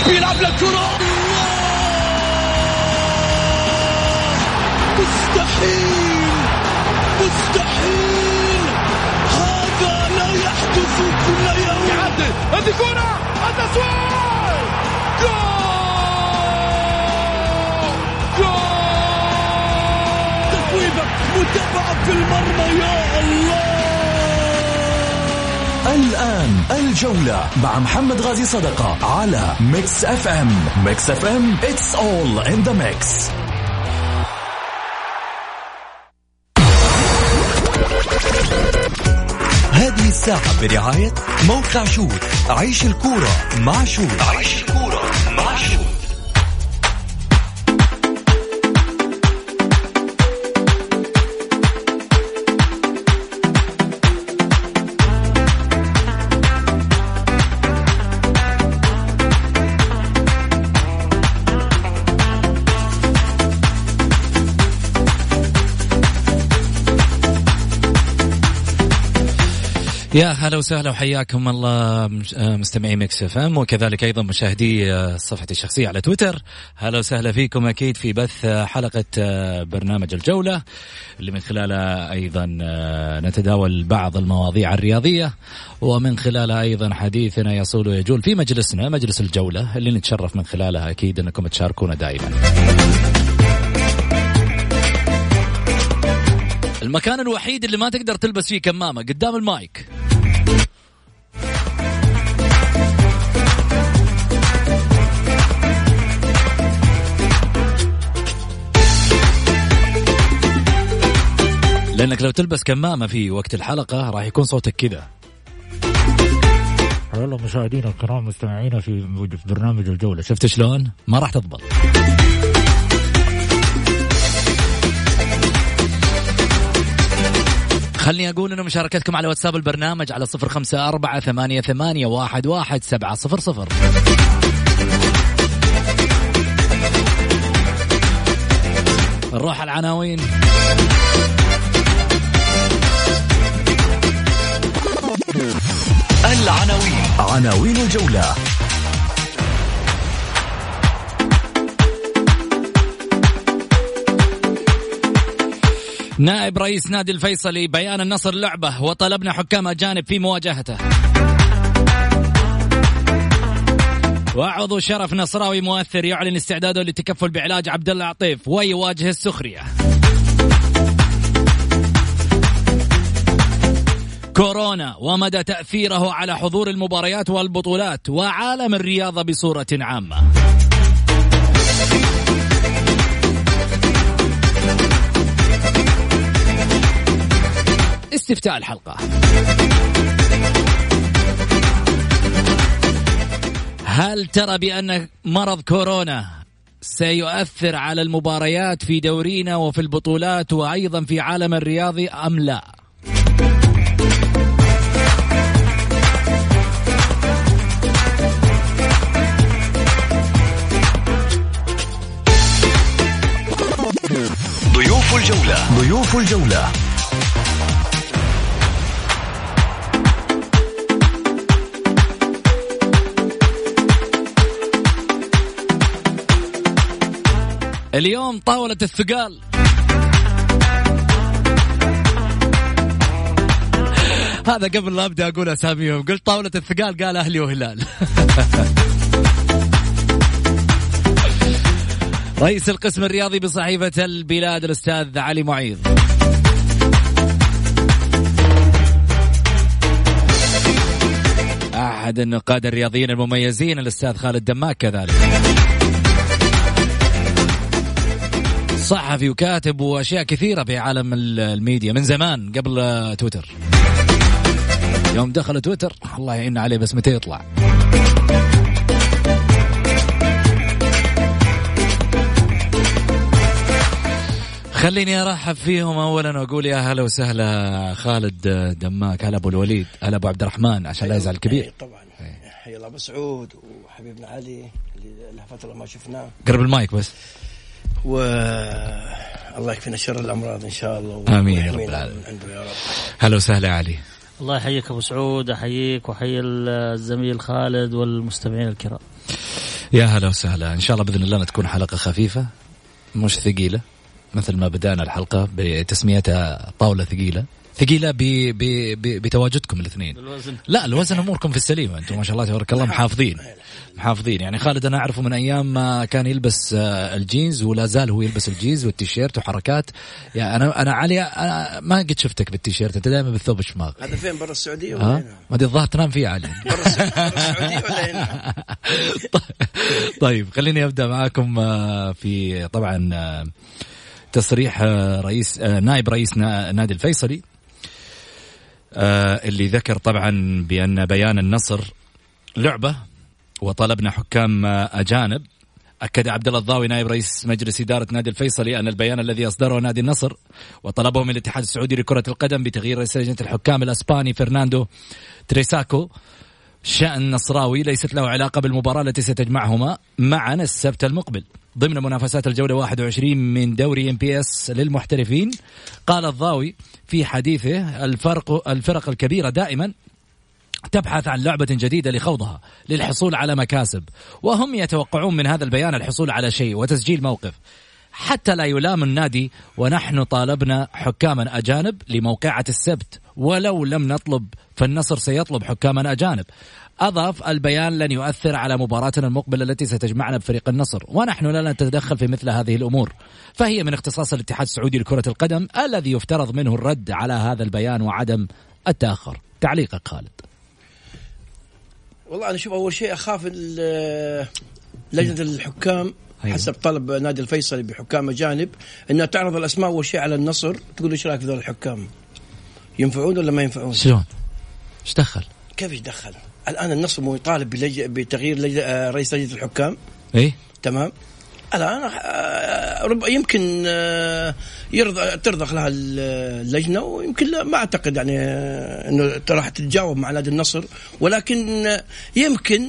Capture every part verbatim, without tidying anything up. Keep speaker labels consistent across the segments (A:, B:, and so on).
A: بيلعب للكرة، مستحيل مستحيل، هذا لا يحدث كل يوم.
B: يعدل هذه كرة، التسويق، جول جول،
A: تسويبة متابعة في المرمى، يا الله.
C: الآن الجولة مع محمد غازي صدقة على ميكس اف ام. ميكس اف ام it's all in the mix. هذه الساعة برعاية موقع شوت. عيش الكورة مع شوت. عيش الكورة مع شوت.
D: يا هلا وسهلا وحياكم الله مستمعي ميكس اف ام، وكذلك ايضا مشاهدي صفحتي الشخصيه على تويتر. هلا وسهلا فيكم اكيد في بث حلقه برنامج الجوله اللي من خلالها ايضا نتداول بعض المواضيع الرياضيه، ومن خلالها ايضا حديثنا يصول ويجول في مجلسنا مجلس الجوله اللي نتشرف من خلالها اكيد انكم تشاركونا دائما. المكان الوحيد اللي ما تقدر تلبس فيه كمامة قدام المايك. لأنك لو تلبس كمامة في وقت الحلقة راح يكون صوتك كذا. والله مشاهدينا الكرام مستمعينا في برنامج الجولة، شفت شلون؟ ما راح تضبط. خلني أقول إنه مشاركتكم على واتساب البرنامج على صفر خمسة أربعة ثمانية ثمانية واحد واحد سبعة صفر صفر. نروح العناوين.
C: العناوين عناوين الجولة.
D: نائب رئيس نادي الفيصلي بيان النصر لعبة وطلبنا حكام أجانب في مواجهته. وعضو شرف نصراوي مؤثر يعلن استعداده للتكفل بعلاج عبد الله عطيف ويواجه السخرية. كورونا ومدى تأثيره على حضور المباريات والبطولات وعالم الرياضة بصورة عامة. استفتاء الحلقة: هل ترى بأن مرض كورونا سيؤثر على المباريات في دورينا وفي البطولات وأيضا في عالم الرياضي أم لا؟
C: ضيوف الجولة ضيوف الجولة
D: اليوم طاولة الثقال. هذا قبل لا أبدأ أقول أساميهم قلت طاولة الثقال، قال أهلي وهلال. رئيس القسم الرياضي بصحيفة البلاد الأستاذ علي معيض. أحد النقاد الرياضيين المميزين الأستاذ خالد دماك كذلك، صحفي وكاتب وأشياء كثيرة في عالم الميديا من زمان قبل تويتر. يوم دخل تويتر الله يعين عليه بس متى يطلع. خليني أرحب فيهم أولا وأقول يا هلا وسهلا خالد دماك، هلا أبو الوليد، هلا أبو عبد الرحمن عشان لا يزعل الكبير.
E: طبعا حيا الله أبو سعود وحبيبنا علي اللي له فترة ما شفناه.
D: قرب المايك بس.
E: والله يكفينا شر الأمراض إن شاء الله.
D: آمين يا رب العالمين.
E: عنده يا رب.
D: هلا وسهلا علي.
F: الله يحييك أبو سعود، أحييك وحيي الزميل خالد والمستمعين الكرام.
D: يا هلا وسهلا، إن شاء الله بإذن الله تكون حلقة خفيفة مش ثقيلة، مثل ما بدأنا الحلقة بتسميتها طاولة ثقيلة. ثقيلة ب ب ب بتواجدكم الاثنين.
F: الوزن.
D: لا الوزن أموركم في السليمة، أنتم ما شاء الله تبارك الله محافظين محافظين. يعني خالد أنا أعرفه من أيام ما كان يلبس الجينز، ولا زال هو يلبس الجينز والتيشيرت وحركات. يعني أنا أنا علي أنا ما قد شفتك بالتيشيرت، أنت دائما بالثوب الشماغ.
E: هذا فين، برا السعودية ولا هنا؟
D: ما دي الظاهر تنام فيه علي.
E: برا السعودية ولا هنا؟
D: طيب خليني أبدأ معاكم في طبعا تصريح رئيس نائب رئيس نادي الفيصلي اللي ذكر طبعا بأن بيان النصر لعبة وطلبنا حكام أجانب. أكد عبد الله الضاوي نائب رئيس مجلس إدارة نادي الفيصلي أن البيان الذي أصدره نادي النصر وطلبه من الاتحاد السعودي لكرة القدم بتغيير رئيس لجنة الحكام الأسباني فرناندو تريساكو شأن نصراوي ليست له علاقة بالمباراة التي ستجمعهما معنا السبت المقبل ضمن منافسات الجولة واحد وعشرين من دوري إم بي إس للمحترفين. قال الضاوي في حديثه الفرق الفرق الكبيرة دائما تبحث عن لعبة جديدة لخوضها للحصول على مكاسب، وهم يتوقعون من هذا البيان الحصول على شيء وتسجيل موقف حتى لا يلام النادي. ونحن طالبنا حكاما أجانب لموقعة السبت، ولو لم نطلب فالنصر سيطلب حكاما أجانب. أضاف البيان لن يؤثر على مباراتنا المقبلة التي ستجمعنا بفريق النصر، ونحن لا نتدخل في مثل هذه الأمور، فهي من اختصاص الاتحاد السعودي لكرة القدم الذي يفترض منه الرد على هذا البيان وعدم التأخر. تعليقك خالد؟
E: والله أنا شوف، أول شيء أخاف لجنة الحكام حسب طلب نادي الفيصلي بحكام أجانب أنها تعرض الأسماء أول شيء على النصر، تقول إيش رأيك في ذول الحكام، ينفعون ولا ما ينفعون؟
D: شلون؟ إيش دخل؟
E: كيف يدخل؟ الآن النصر مو يطالب بلج... بتغيير لج... رئيس لجنة الحكام.
D: إيه
E: تمام. الآن رب يمكن يرضى ترضخ لها اللجنة، ويمكن لا، ما أعتقد يعني إنه راح تتجاوب مع نادي النصر، ولكن يمكن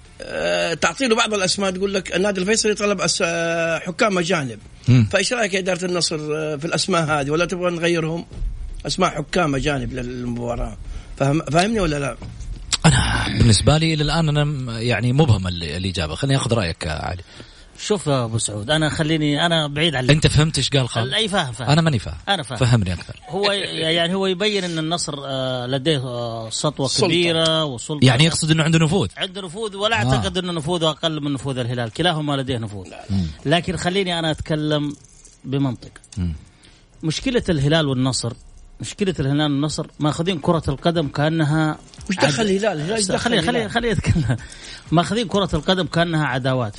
E: تعطي له بعض الأسماء، تقول لك النادي الفيصلي طلب حكام أجانب، فإيش رأيك يا إدارة النصر في الأسماء هذه، ولا تبغى نغيرهم أسماء حكام أجانب للمباراة؟ فهم فاهمني ولا لا؟
D: أنا بالنسبة لي للآن أنا يعني مبهم الإجابة. خليني أخذ رأيك علي.
F: شوف يا أبو سعود، أنا خليني أنا بعيد عن
D: أنت فهمت إيش قال خالد؟
F: أي فاهم فاهم
D: أنا ماني فاهم.
F: أنا فاهم.
D: فهمني أكثر.
F: هو يعني هو يبين أن النصر لديه سطوة كبيرة وسلطة،
D: يعني يقصد أنه عنده نفوذ.
F: عنده نفوذ، ولا أعتقد آه. أنه نفوذه أقل من نفوذ الهلال، كلاهما لديه نفوذ. لكن خليني أنا أتكلم بمنطق. م. مشكلة الهلال والنصر مشكلة الهلال والنصر ماخذين كرة القدم كأنها
E: وش دخل الهلال؟ الهلال
F: خلي خلي خلي أتكلم. ماخذين كرة القدم كأنها عداوات.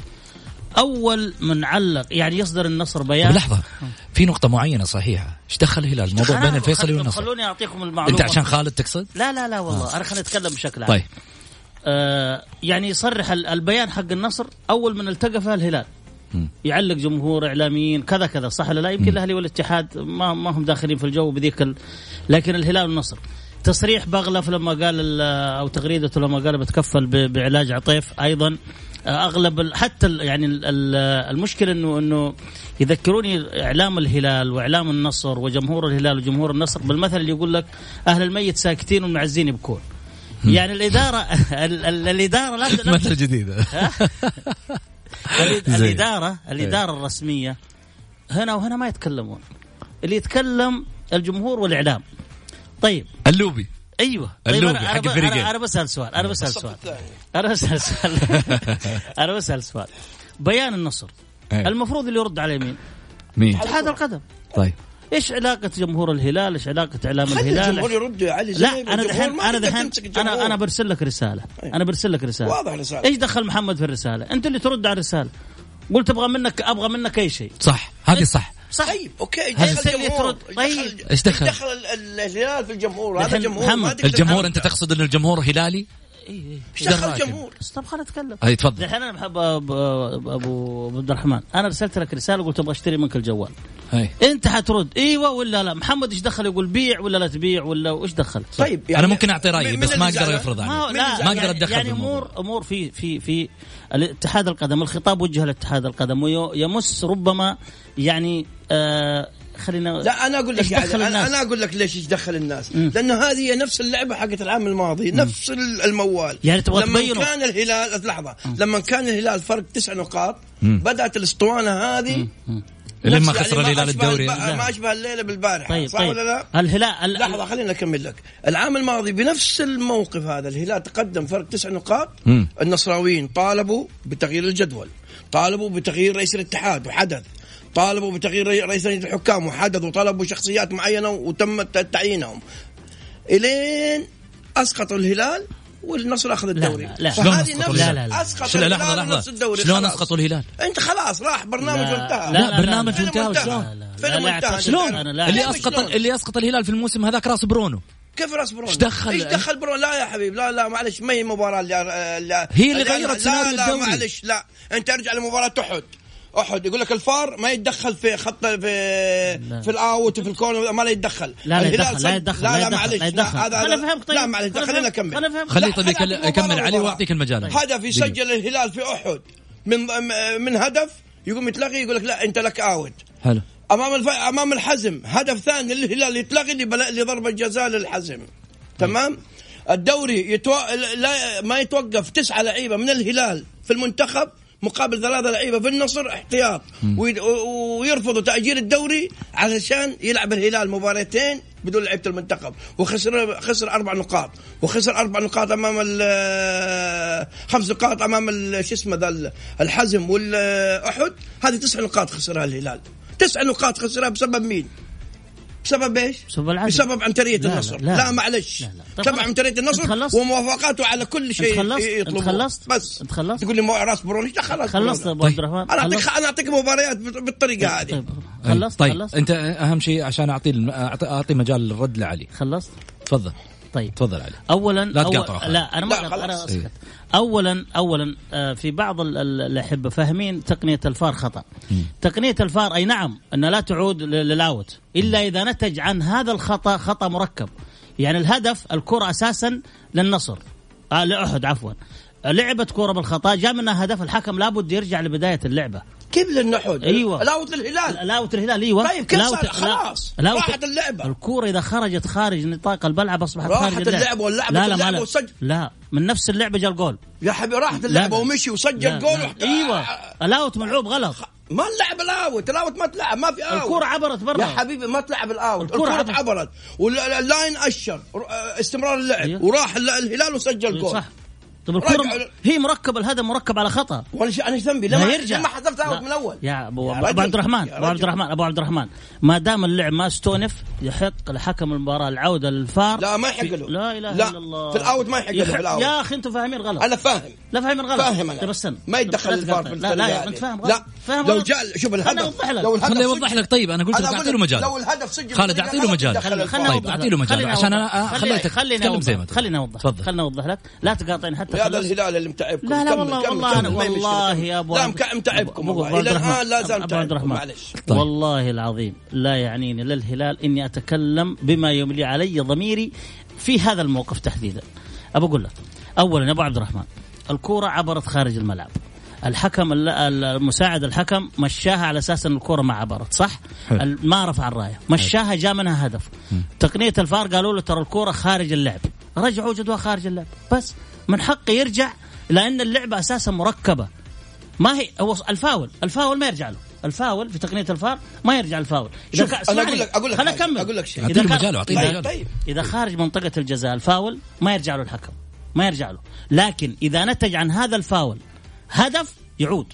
F: أول من علق يعني يصدر النصر بيان.
D: لحظة، في نقطة معينة صحيحة، إيش دخل الهلال الموضوع بين الفيصلي والنصر؟
F: خلوني أعطيكم المعلومة.
D: أنت عشان خالد تقصد؟
F: لا لا لا والله آه. أنا خليني أتكلم بشكل عام.
D: طيب.
F: آه يعني يصرح البيان حق النصر أول من التقى فيها الهلال. م. يعلق جمهور، إعلاميين، كذا كذا، صح ولا لا؟ يمكن الأهلي والاتحاد ما ما هم داخلين في الجو بذيك ال... لكن الهلال والنصر. تصريح بغلف لما قال أو تغريدته لما قال بتكفل ب... بعلاج عطيف أيضا. أغلب حتى يعني المشكلة إنه إنه يذكروني إعلام الهلال وإعلام النصر وجمهور الهلال وجمهور النصر بالمثل اللي يقول لك أهل الميت ساكتين والمعزين يبكون. يعني الإدارة الإدارة لا
D: مثل جديدة.
F: الإدارة الإدارة الرسمية هنا وهنا ما يتكلمون، اللي يتكلم الجمهور والإعلام. طيب
D: اللوبي.
F: ايوه
D: طيب
F: أنا, أنا, أنا, أنا بسأل سؤال أنا بسأل سؤال أنا بسأل سؤال أنا بسأل سؤال بيان النصر أيه. المفروض اللي يرد على مين؟
D: مين؟
F: اتحاد القدم.
D: طيب
F: ايش علاقة جمهور الهلال؟ ايش علاقة اعلام الهلال؟
E: الجمهور يرد علي.
F: لا انا دحين انا دحين انا انا برسل لك رسالة أيه. انا برسل لك رسالة
E: واضح رسالة.
F: ايش دخل محمد في الرسالة؟ انت اللي ترد على الرسالة. قلت ابغى منك ابغى منك اي شيء.
D: صح هذه صح.
E: طيب اوكي،
F: دخل الجمهور.
E: طيب ايش دخل دخل الهلال في الجمهور؟ هذا جمهور.
D: الجمهور انت تقصد ان الجمهور هلالي؟
F: اي
E: ايش دخل الجمهور؟
F: طب خلينا نتكلم.
D: اي تفضل.
F: الحين انا بحب ابو ابو عبد الرحمن، انا رسلت لك رساله قلت ابغى اشتري منك الجوال.
D: هي.
F: انت حترد ايوه ولا لا؟ محمد ايش دخل يقول بيع ولا لا تبيع ولا ايش دخل؟
E: طيب
D: يعني انا ممكن اعطي رايي بس ما اقدر يفرض علي.
F: ما,
D: ما اقدر اتدخل
F: يعني امور امور في في في الاتحاد القدم. الخطاب وجه لاتحاد القدم ويمس ربما يعني آه خلينا
E: لا انا اقول لك يعني انا, أنا اقول لك ليش يدخل الناس م. لانه هذه هي نفس اللعبه حقت العام الماضي م. نفس الموال
F: يعني
E: لما كان الهلال لحظه م. لما كان الهلال فرق تسع نقاط م. بدات الاسطوانه هذه
D: لما خسر الهلال الدوري
E: ما اشبه الليله بالبارحه.
F: طيب
E: صح
F: طيب.
E: ولا لا؟
F: الهلال
E: لحظه خلينا اكمل لك. العام الماضي بنفس الموقف هذا الهلال تقدم فرق تسع نقاط م. النصراويين طالبوا بتغيير الجدول، طالبوا بتغيير رئيس الاتحاد وحدث، طالبوا بتغيير رئيس لجنة الحكام وحدث، وطلبوا شخصيات معينة وتم تعيينهم إلين أسقطوا الهلال والنصر أخذ الدوري.
F: لا لا
D: شلون أسقطوا
F: الهلال؟ لا لا
E: أسقط
D: الهلال لحظة لحظة شلون أسقطوا الهلال؟
E: أنت خلاص راح برنامج وانتهى.
D: لا, لا, لا برنامج وانتهى
E: شلون؟ فيلم وانتهى.
D: شلون؟ اللي أسقط اللي أسقط الهلال في الموسم هذاك راس برونو.
E: كيف راس برونو؟
D: ايش دخل؟
E: ايش دخل برونو؟ لا يا حبيب لا لا معلش ما هي مباراة اللي
D: هي اللي غيرت سيناريو الدوري.
E: لا معلش لا أنت ارجع لمباراة أحد. أحد يقول لك الفار ما يتدخل في خط في لا. في الأوت في الكون ما لا يتدخل.
F: لا لا يتدخل لا يتدخل
E: لا, لا معلش
F: لا
E: هذا
F: أنا فهمت. طيب
E: لا معلش خلينا نكمل.
D: خليه طيب يكمل علي وأعطيك المجال.
E: هدف يسجل الهلال في أحد من من هدف يقوم يتلغي يقول لك لا أنت لك أوت.
D: حلو.
E: أمام الف... أمام الحزم هدف ثاني للهلال يتلغي لضربة جزاء للحزم. تمام. الدوري يتو... لا ما يتوقف تسعة لعيبة من الهلال في المنتخب مقابل ثلاثة لعيبة في النصر احتياط وي... ويرفضوا تأجيل الدوري علشان يلعب الهلال مباراتين بدون لعيبة المنتخب وخسر خسر أربع نقاط وخسر أربع نقاط أمام ال خمس نقاط أمام شو اسمه ذا الحزم والأحد. هذه تسع نقاط خسرها الهلال. تسع نقاط خسرها بسبب مين؟ بسبب ايش؟
F: بسبب,
E: بسبب عنترية النصر. لا, لا, لا, لا معلش بسبب عنترية النصر وموافقاته على كل شيء يطلبه.
F: خلصت
E: بس
F: خلصت
E: تقول لي مو راس بروني خلاص
F: خلصت ابو عبد الرحمن.
E: انا اعطيك انا اعطيك مباريات بالطريقه هذه.
F: خلصت
D: طيب
F: خلصت.
D: انت اهم شيء عشان اعطي اعطي مجال الرد لعلي.
F: خلصت
D: تفضل.
F: طيب
D: تفضل علي.
F: اولا
D: لا
F: أول...
D: تقاطع.
F: لا انا ما انا اسكت. اولا اولا في بعض الاحبه فاهمين تقنيه الفار خطا. م. تقنيه الفار اي نعم ان لا تعود للاوت الا اذا نتج عن هذا الخطا خطا مركب. يعني الهدف الكره اساسا للنصر آه لاحد عفوا لعبت كره بالخطا جاء منها هدف الحكم لابد يرجع لبدايه اللعبه.
E: كيف للنحود؟
F: ايوه
E: لاوت الهلال
F: لاوت الهلال ايوه.
E: طيب كيف خلاص راحت اللعبه.
F: الكوره اذا خرجت خارج نطاق الملعب اصبحت
E: خارج
F: اللعبه.
E: اللعبه واللعبه
F: لا لا
E: اللعبة وسجل.
F: لا من نفس اللعبه جاء الجول
E: يا حبيبي. راحت اللعبه ومشي وسجل جول وحت...
F: ايوه الاوت ملعوب غلط.
E: ما نلعب الاوت. الاوت ما تلعب ما في اوت.
F: الكوره عبرت برا
E: يا حبيبي ما تلعب الاوت.
F: الكوره
E: عبرت, عبرت. واللاين اشر استمرار اللعب. أيوه. وراح الهلال وسجل جول.
F: صح. طب الكرة هي مركب الهدف مركب على خطأ.
E: وانا انا ذنبي لما يرجع ما حذفت اوت من اول.
F: يا ابو عبد الرحمن ابو عبد الرحمن ابو عبد الرحمن ما دام اللعب ما استونف يحق لحكم المباراة العودة للفار.
E: لا ما يحق له.
F: لا اله
E: لا.
F: الا الله.
E: في الاوت ما يحق له في الاوت.
F: يا اخي انتم فاهمين غلط.
E: انا فاهم.
F: لا فاهمين غلط.
E: فاهم انا.
F: بس
E: ما يتدخل الفار في
F: لا لا انت فاهم غلط.
E: لا فاهم لو جاء شوف الهدف
D: لو الهدف خليه يوضح لك. طيب انا قلت لك اعطي له مجال.
E: لو الهدف سجل
D: خالد اعطي له مجال. طيب اعطي له مجال عشان انا خليتك تتكلم زي ما تبغى.
F: خليني اوضح خليني اوضح لك. لا تقاطعني حتى
E: هذا الهلال اللي متعبكم.
F: لا لا والله والله أنا والله يا ابو
E: لا متعبكم الى الان لا زال متعبكم معلش.
F: والله العظيم لا يعنيني للهلال اني اتكلم بما يملي علي ضميري في هذا الموقف تحديدا. ابى اقول لك اولا يا ابو عبد الرحمن الكره عبرت خارج الملعب. الحكم المساعد الحكم مشاها على اساس ان الكره ما عبرت صح. ما رفع الرايه مشاها جاء منها هدف. تقنيه الفار قالوا له ترى الكره خارج اللعب رجعوا وجدوها خارج اللعب. بس من حقه يرجع لأن اللعبة أساسا مركبة. ما هي هو الفاول الفاول ما يرجع له. الفاول في تقنية الفار ما يرجع الفاول. إذا ك...
E: أنا أقول لك أقول لك
F: خلنا أكمل.
E: أقول لك شيء.
F: إذا,
D: مجاله
F: طيب. طيب. إذا خارج منطقة الجزاء الفاول ما يرجع له الحكم ما يرجع له. لكن إذا نتج عن هذا الفاول هدف يعود.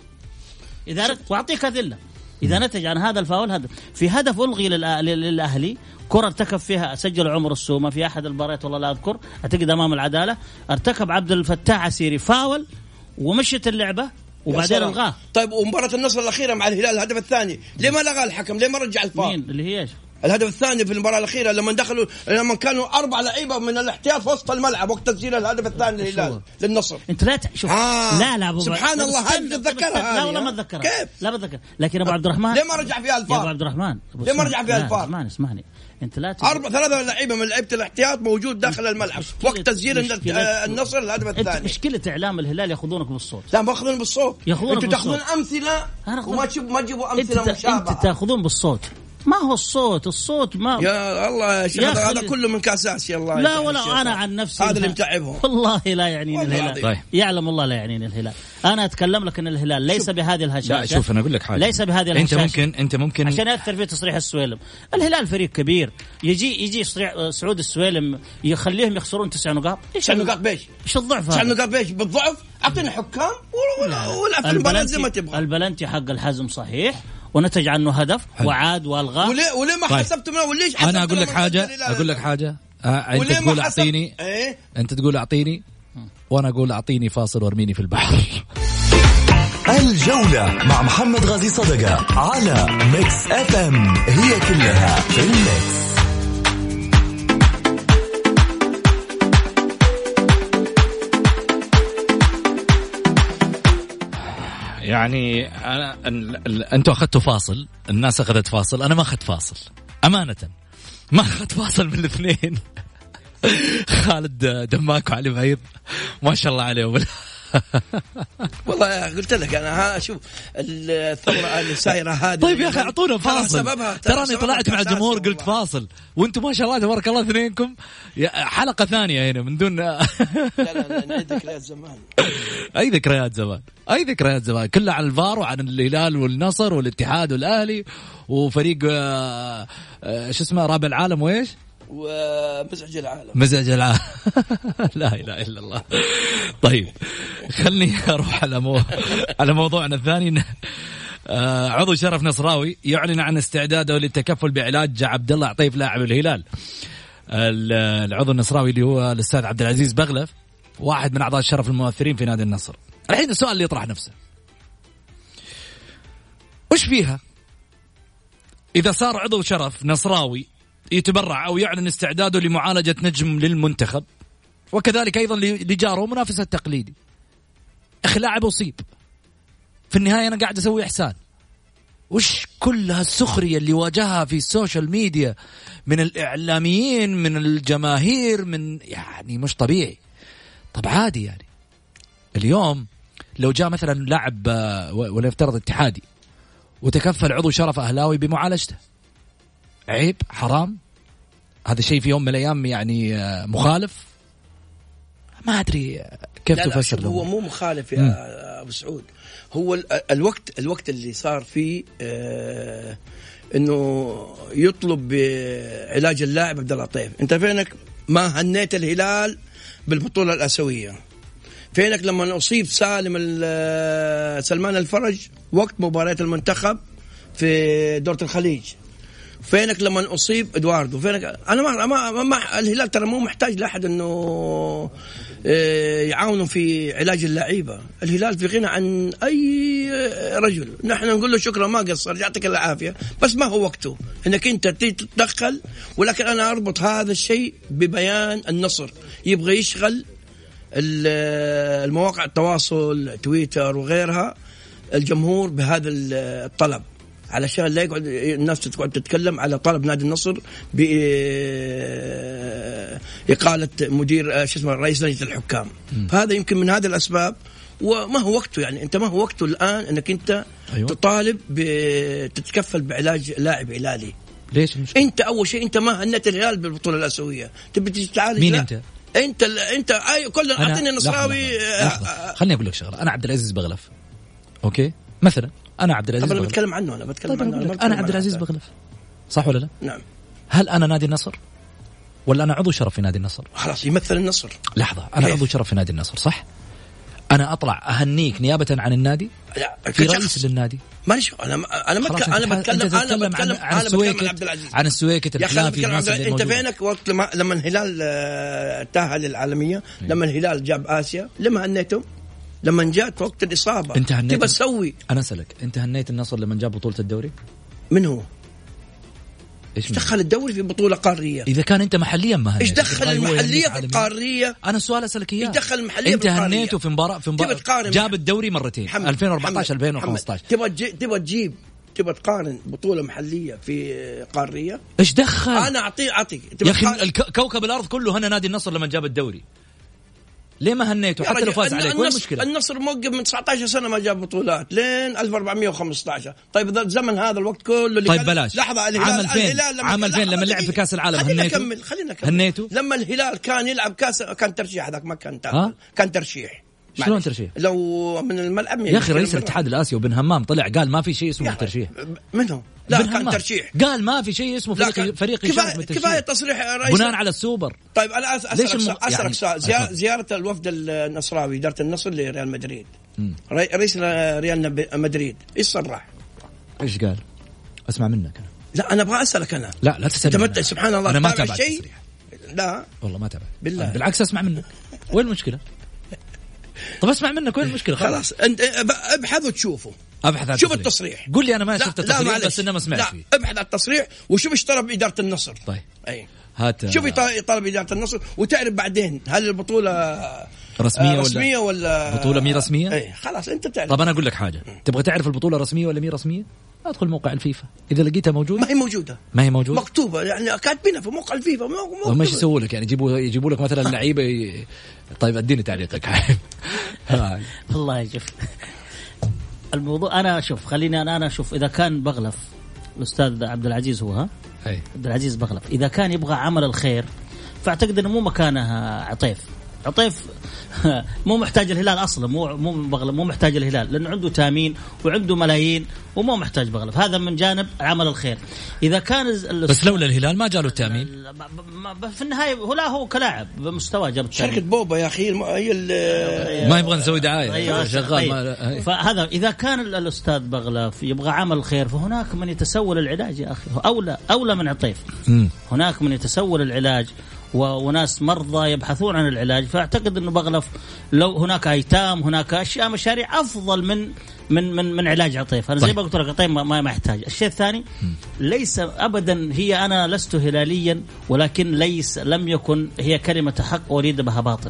F: إذا رت... وأعطيك أدلة. إذا نتج عن هذا الفاول هدف في هدف ألغي للأ... للأهلي كرة ارتكب فيها سجل عمر السومة في أحد المباريات والله لا أذكر أعتقد أمام العدالة ارتكب عبد الفتاح عسيري فاول ومشت اللعبة وبعدين الغاه.
E: طيب ومباراة النصر الأخيرة مع الهلال الهدف الثاني ليه ما لغى الحكم ليه ما رجع الفار؟
F: مين اللي هي إيش؟
E: الهدف الثاني في المباراة الأخيرة لما دخلوا لما كانوا أربع لعيبة من الاحتياط في وسط الملعب وقت تسجيل الهدف الثاني للهلال للنصر.
F: أنت لا تشوف
E: آه.
F: لا لا أبو
E: سبحان الله هل تتذكرها؟
F: لا والله ما أتذكرها.
E: كيف؟
F: لا بتذكر. لكن أبو عبد الرحمن
E: ليه ما رجع فيها الفار؟
F: يا أبو عبد الرحمن
E: ليه ما رجع فيها الفار؟
F: اسمعني اسمعني أنت لا
E: أربع ثلاثة لعيبة من لعيبة الاحتياط موجود داخل الملعب وقت تسجيل النصر الهدف الثاني.
F: مشكلة إعلام الهلال يأخذونك بالصوت.
E: لا ما يأخذون بالصوت.
F: يأخذونك
E: أنتوا تأخذون أمثلة وما تجيبوا ما تجيبوا أمثلة مشابهة.
F: أنت تأخذون بالصوت ما هو الصوت الصوت ما
E: يا الله يا شيخ هذا خلي... كله من كاس آسيا الله
F: لا ولا أنا عن نفسي
E: هذا اللي متعبهم
F: والله لا يعنيني الهلال طيب. يعلم الله لا يعنيني الهلال. أنا أتكلم لك أن الهلال ليس بهذه الهشاشة.
D: لا شوف أنا أقول لك حاجة
F: ليس بهذه الهشاشة.
D: أنت ممكن أنت ممكن
F: عشان يأثر في تصريح السويلم. الهلال فريق كبير يجي يجي سعود السويلم يخليهم يخسرون تسع نقاط.
E: تسع نقاط بيش؟
F: إيش الضعف؟
E: تسع نقاط بيش بالضعف؟ أعطينا حكام ولا ولا في المباراة زي ما تبغى.
F: البلنتي حق الحزم صحيح ونتج عنه هدف حل. وعاد والغى.
E: وليه وليه ما حسبت منه وليش
D: أنا أقول لك حاجة أقول لك حاجة آه أنت تقول أعطيني
E: إيه؟
D: أنت تقول أعطيني وأنا أقول أعطيني فاصل وارميني في البحر.
C: الجولة مع محمد غازي صدقة على ميكس اف ام هي كلها في الميكس.
D: يعني أنا أنتوا أخذتوا فاصل الناس أخذت فاصل أنا ما أخذت فاصل أمانة ما أخذت فاصل من الاثنين. خالد دماك وعلي بعيد ما شاء الله عليهم.
E: والله قلت لك أنا ها شوف الثورة اللي سايرة هذه.
D: طيب يا أخي أعطونا فاصل تراني طلعت مع الجمهور قلت فاصل وأنتم ما شاء الله تبارك الله اثنينكم حلقة ثانية هنا من دون لا
E: لا لا نعيد ذكريات زمان.
D: أي ذكريات زمان أي ذكريات زمان كلها عن الفار وعن الهلال والنصر والاتحاد والأهلي وفريق شو اسمه رابع العالم وإيش
E: ومزعج العالم
D: مزعج العالم. لا إله إلا الله. طيب خلني أروح على مو... على موضوعنا الثاني. آه عضو شرف نصراوي يعلن عن استعداده للتكفل بعلاج عبد الله عطيف لاعب الهلال. العضو النصراوي اللي هو الأستاذ عبد العزيز بغلف واحد من أعضاء الشرف المؤثرين في نادي النصر. الحين السؤال اللي يطرح نفسه وش فيها إذا صار عضو شرف نصراوي يتبرع أو يعلن استعداده لمعالجة نجم للمنتخب وكذلك أيضا لجاره منافسة تقليدي. لاعب أصيب في النهاية أنا قاعد أسوي إحسان. وش كل هالسخرية اللي واجهها في السوشيال ميديا من الإعلاميين من الجماهير من يعني مش طبيعي. طب عادي يعني اليوم لو جاء مثلا لاعب ولا يفترض اتحادي وتكفل عضو شرف أهلاوي بمعالجته عيب حرام هذا شيء في يوم من الأيام يعني مخالف ما أدري كيف تفسر له.
E: هو مو مخالف يا م. أبو سعود. هو الوقت الوقت اللي صار فيه آه إنه يطلب بعلاج اللاعب عبد الله عطيف. أنت فينك ما هنيت الهلال بالبطولة الآسيوية. فينك لما أصيب سالم سلمان الفرج وقت مباراة المنتخب في دورة الخليج. فينك لما أصيب إدواردو. فينك أنا ما, ما, ما الهلال ترى مو محتاج لأحد إنه يعاونوا في علاج اللعيبة. الهلال في غنى عن أي رجل. نحن نقول له شكرا ما قصر يعطيك العافية بس ما هو وقته إنك أنت تتدخل. ولكن أنا أربط هذا الشيء ببيان النصر يبغى يشغل المواقع التواصل تويتر وغيرها الجمهور بهذا الطلب علشان لا يقعد الناس تقعد تتكلم على طلب نادي النصر بإقالة مدير شو اسمه رئيس لجنة الحكام. فهذا يمكن من هذه الأسباب وما هو وقته. يعني أنت ما هو وقته الآن أنك أنت أيوة. تطالب بتتكفل بعلاج لاعب هلالي.
D: ليش المشكلة؟
E: أنت أول شيء أنت ما هنت الهلال بالبطولة الآسيوية تبي تعالج.
D: مين لا. أنت؟
E: أنت أنت أي كل أعطيني نصراوي.
D: خلني أقول لك شغلة. أنا عبد العزيز بغلف أوكي مثلا أنا عبد العزيز
E: أنا بتكلم عنه أنا بتكلم
D: طيب
E: عنه أنا,
D: أنا عبد العزيز بغلف صح ولا لا؟
E: نعم.
D: هل أنا نادي النصر ولا أنا عضو شرف في نادي النصر؟
E: خلاص يمثل النصر.
D: لحظة أنا عضو شرف في نادي النصر صح؟ أنا أطلع أهنيك نيابة عن النادي في رئيس للنادي.
E: ماشي أنا أنا ما أتكلم أنا بتكلم أنا بتكلم
D: عن السويكت عن السويكت الإعلام في الناس اللي
E: أنت فينك وقت لما لما الهلال تأهل للعالمية لما الهلال جاب آسيا لما هنيتهم لما جات وقت الإصابة
D: أنت هنيت
E: تبى تسوي.
D: أنا أسألك أنت هنيت النصر لما جاب بطولة الدوري؟
E: من هو؟
D: إيش
E: دخل الدوري في بطولة قارية؟
D: إذا كان أنت محليا ما هنيت.
E: إيش دخل المحلية في القارية؟
D: أنا السؤال أسألك إياه.
E: إيش دخل المحلية
D: أنت هنيته في مباراة في مباراة جاب الدوري مرتين ألفين وأربعة عشر ألفين وخمسة عشر.
E: تبى تبى تجيب تبى تقارن بطولة محلية في قارية؟
D: إيش دخل؟
E: أنا أعطي أعطيك
D: يا أخي كوكب الأرض كله هنا نادي النصر لما جاب الدوري. ليه ما هنيته حتى لو فاز عليك؟ وين المشكله؟
E: النصر موقف من تسعة عشر سنه ما جاب بطولات لين ألف وأربعمية وخمسة عشر. طيب ذا الزمن هذا الوقت كله اللي
D: طيب بلاش
E: لحظه
D: الهلال عمل فين الهلال لما عمل فين لما لعب في كاس العالم
E: خلينا
D: هنيته
E: نكمل خلينا نكمل
D: هنيته
E: لما الهلال كان يلعب كاس كان ترشيح هذاك ما كان تأهل. كان ترشيح.
D: شلون ترشيح؟
E: لو من الملعب
D: يا اخي رئيس الاتحاد الاسيوي بن همام طلع قال ما في شيء اسمه ترشيح.
E: منهم لا كان ترشيح،
D: قال ما في شيء اسمه فريق فريق يشارك بالترشيح.
E: كفايه تصريح رئيس
D: بناء على السوبر.
E: طيب انا اسالك اسالك سؤال. زيارة, زياره الوفد النصراوي اداره النصر لريال مدريد، رئيس ريال مدريد ايش صرح؟
D: ايش قال؟ اسمع منك.
E: لا انا ابغى اسالك انا.
D: لا لا تسالني.
E: سبحان الله
D: انا ما تابعت
E: شيء. لا
D: والله ما تابعت
E: بالله.
D: بالعكس اسمع منك. وين المشكله؟ طب اسمع منك وين المشكله؟
E: خلاص انت ابحث وتشوفه.
D: ابحث
E: شوف التصريح.
D: قول لي انا ما شفت التصريح بس انما سمعت فيه.
E: ابحث عن التصريح وشوف ايش طلب اداره النصر.
D: طيب
E: اي
D: هات
E: شوف طلب اداره النصر وتعرف بعدين هل البطوله
D: رسميه,
E: رسمية ولا,
D: ولا بطوله مي رسميه.
E: اي خلاص انت تعرف.
D: طب انا اقول لك حاجه، تبغى تعرف البطوله رسميه ولا مي رسميه؟ ادخل موقع الفيفا اذا لقيتها موجوده.
E: ما هي موجوده
D: ما هي موجوده
E: مكتوبه يعني كاتبينها في موقع الفيفا.
D: هم ايش يسووا لك يعني؟ يجيبوا يجيبوا لك مثلا لعيبه ي... طيب اديني تعليقك.
F: والله شوف الموضوع انا اشوف خليني انا انا اشوف اذا كان بغلف الاستاذ عبد العزيز هو ها
D: أي.
F: عبد العزيز بغلف اذا كان يبغى عمل الخير فاعتقد انه مو مكانه عطيف. عطيف مو محتاج الهلال اصلا، مو مو بغلف مو محتاج الهلال لانه عنده تامين وعنده ملايين ومو محتاج بغلف. هذا من جانب عمل الخير. اذا كان
D: بس لولا الهلال ما جاله التامين
F: في النهايه هو لا هو كلاعب بمستوى جاب
E: شركه بوبا يا اخي هي
D: ما يبغى نسوي دعايه.
F: أيوة
D: شغال
F: أيوة.
D: ما...
F: فهذا اذا كان الاستاذ بغلف يبغى عمل خير فهناك من يتسول العلاج يا اخي اولى اولى من عطيف. م. هناك من يتسول العلاج وناس مرضى يبحثون عن العلاج. فاعتقد انه بغلف لو هناك ايتام هناك اشياء مشاريع افضل من من من من علاج عطيف. انا زي ما قلت لك عطيف ما ما يحتاج. الشيء الثاني ليس ابدا هي انا لست هلاليا ولكن ليس لم يكن هي كلمه حق اريد بها باطل.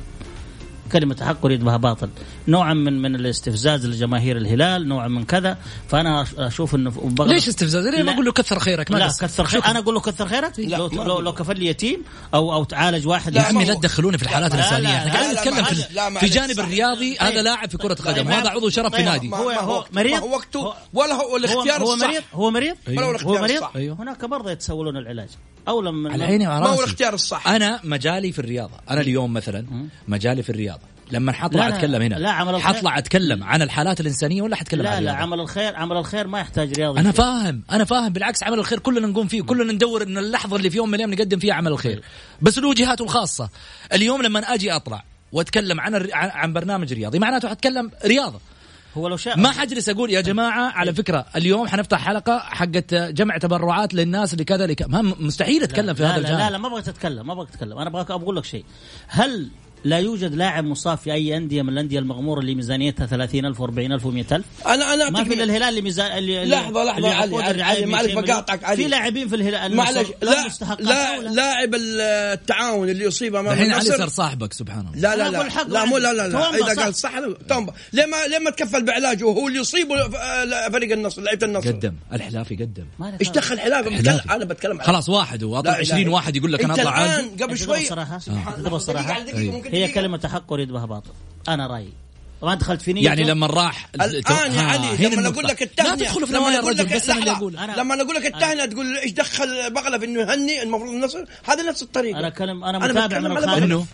F: كلمة حق أريد بها باطل، نوعا من من الاستفزاز لجماهير الهلال، نوعا من كذا. فأنا أشوف إنه بغلف
D: ليش استفزاز؟ ليه ما أقول له كثر خيرك؟ ما
F: لا كثر خير. أنا أقول له كثر خيرك. لو لو, لو كفل يتيم أو أو تعالج واحد.
D: يا عمي لا تدخلوني في الحالات الإنسانية. إحنا قاعدين نتكلم في, في جانب الرياضي. هذا لاعب في كرة قدم وهذا عضو شرف في نادي.
F: هو هو مريض
E: هو وقته ولا هو الاختيار
F: الصح. هو مريض هو مريض
E: هو مريض.
F: هناك برضه يتسولون العلاج أولا من
D: على عيني وعلى راسي.
E: ما هو الاختيار الصح.
D: أنا مجالي في الرياضة. أنا اليوم مثلا مجالي في الرياضة. لما حطلع أتكلم هنا
F: لا عمل
D: حطلع أتكلم عن الحالات الإنسانية ولا حتكلم
F: لا
D: عن
F: لا عمل الخير. عمل الخير ما يحتاج رياضي.
D: أنا فاهم أنا فاهم بالعكس عمل الخير كلنا نقوم فيه كلنا ندور إن اللحظة اللي في يوم من الأيام نقدم فيها عمل الخير بس له جهاته الخاصة. اليوم لما أجي أطلع وأتكلم عن عن برنامج رياضي معناته حتكلم رياضة.
F: هو لو شاء
D: ما حجلس أقول يا جماعة على فكرة اليوم حنفتح حلقة حقت جمع تبرعات للناس اللي كذا اللي ما مستحيل أتكلم في
F: لا
D: هذا
F: لا
D: الجانب.
F: لا لا ما بغيت أتكلم ما بغيت أتكلم. أنا أبغاك أقول لك شيء. هل لا يوجد لاعب مصاب في أي أندية من الأندية المغمورة اللي ميزانيتها ثلاثين ألف وأربعين ألف ومئة ألف؟
E: أنا أنا
F: ما في الهلال اللي ميزان اللي
E: لحظة لحظة علي علي معلش بقاطعك علي.
F: في لاعبين في الهلال
E: معلش لا لا لاعب التعاون اللي يصيب أمام
D: الحين علي صار صاحبك سبحان الله.
E: لا لا لا لا مو لا لا لا إذا قال صح تومبا ليه ما ليه ما تكفل بعلاجه وهو اللي يصيبه فريق النصر لعيبة النصر.
D: قدم الحلافي قدم.
E: إيش دخل حلافي؟ أنا بتكلم
D: خلاص واحد وأطلع عشرين واحد يقول لك أنا أطلع
E: عادي. قبل شوي
F: صراحة صراحة هي كلمة حق أريد بها باطل. أنا رأيي ما دخلت في نيته.
D: يعني لما راح
E: الآن يا علي لما نقول لك التهنئة
D: لا تدخل في نوايا الرجل بس أنا اللي أقول.
E: لما نقول لك التهنئة تقول إيش دخل بغلف إنه يهني المفروض النصر. هذا نفس الطريقة.
F: أنا كلم أنا متابع من الخارج.
D: إنه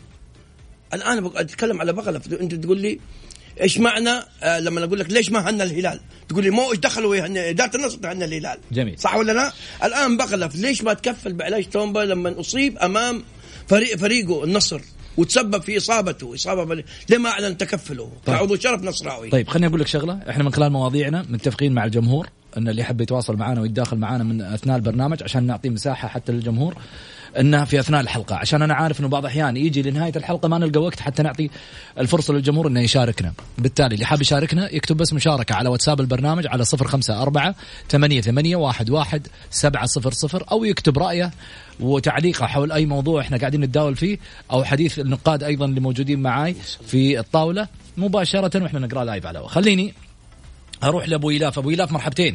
E: الآن أتكلم على بغلف أنت تقول لي إيش معنى آه لما نقول لك ليش ما هنى الهلال تقول لي مو إيش دخلوا يهني إدارة النصر تهنى الهلال.
D: جميل
E: صح ولا لا؟ الآن بغلف ليش ما تكفل بعلاج تومبا لما أصيب أمام فريق فريقه النصر وتسبب في إصابته إصابة بل... لما أعلن تكفله طيب. كعضو شرف نصراوي.
D: طيب خليني أقول لك شغلة. إحنا من خلال مواضيعنا متفقين مع الجمهور أن اللي يحب يتواصل معنا ويتداخل معنا من أثناء البرنامج عشان نعطي مساحة حتى للجمهور أنها في أثناء الحلقة عشان أنا عارف أنه بعض أحيان يجي لنهاية الحلقة ما نلقى وقت حتى نعطي الفرصة للجمهور أنه يشاركنا. بالتالي اللي حاب يشاركنا يكتب بس مشاركة على واتساب البرنامج على صفر خمسة أربعة ثمانية ثمانية واحد واحد سبعة صفر صفر أو يكتب رأيه وتعليقه حول أي موضوع إحنا قاعدين نتداول فيه أو حديث النقاد أيضا اللي موجودين معاي في الطاولة مباشرة وإحنا نقرأ لايف على. خليني أروح لأبو إلاف. أبو إلاف مرحبتين.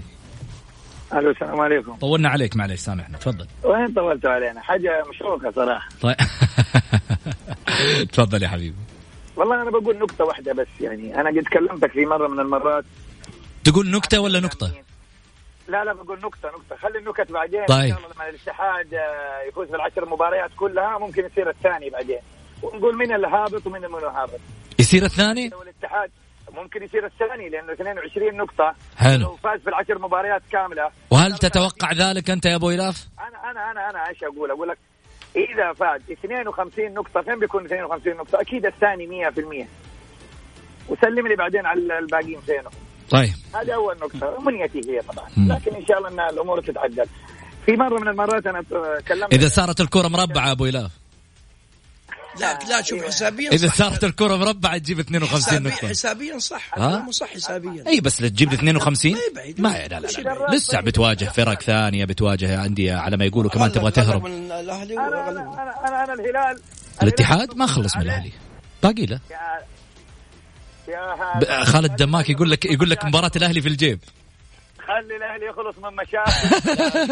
G: الو السلام عليكم.
D: طولنا عليك معليش سامحنا تفضل.
G: وين طولتوا علينا؟ حاجه مشوقه صراحه.
D: طيب تفضل يا حبيبي.
G: والله أنا بقول نقطة واحدة بس، يعني أنا قد كلمتك في مرة من المرات.
D: تقول نكتة ولا نقطة؟
G: لا لا بقول نقطة نقطة، خلي النكت بعدين.
D: طيب.
G: إن شاء الله لما الاتحاد يفوز بالعشر مباريات كلها ممكن يصير الثاني بعدين، ونقول مين اللي هابط ومين اللي هابط.
D: يصير الثاني؟
G: لو الاتحاد ممكن يصير الثاني لأنه اثنين وعشرين نقطة.
D: حلو.
G: لو فاز بالعشر مباريات كاملة.
D: وهل تتوقع ذلك أنت يا أبو إلاف؟
G: أنا أنا أنا أنا إيش أقول أقول لك إذا فاز اثنين وخمسين نقطة فين بيكون اثنين وخمسين نقطة؟ أكيد الثاني مية في المية، وسلم لي بعدين على الباقيين فينه.
D: طيب
G: هذه أول نقطة، أمنيتي هي طبعا، لكن إن شاء الله أن الأمور تتعدل. في مرة من المرات أنا كلمت
D: إذا صارت الكرة مربعة أبو إلاف.
E: لا لا شوف حسابيا
D: إذا صارت الكرة مربعة تجيب اثنين وخمسين نقطة.
E: حسابيا صح،
D: ها؟
E: صح حسابيا.
D: أي بس تجيب اثنين وخمسين ما لا لا, لا. لسه بتواجه فرق ثانية، بتواجه أندية على ما يقولوا كمان تبغى تهرب.
E: أنا أنا
G: أنا أنا, أنا الهلال
D: الاتحاد ما خلص من الأهلي باقي له.
G: يا
D: خالد دماك يقول لك يقول لك مباراة الأهلي في الجيب.
G: خلي الأهلي يخلص من مشاكل.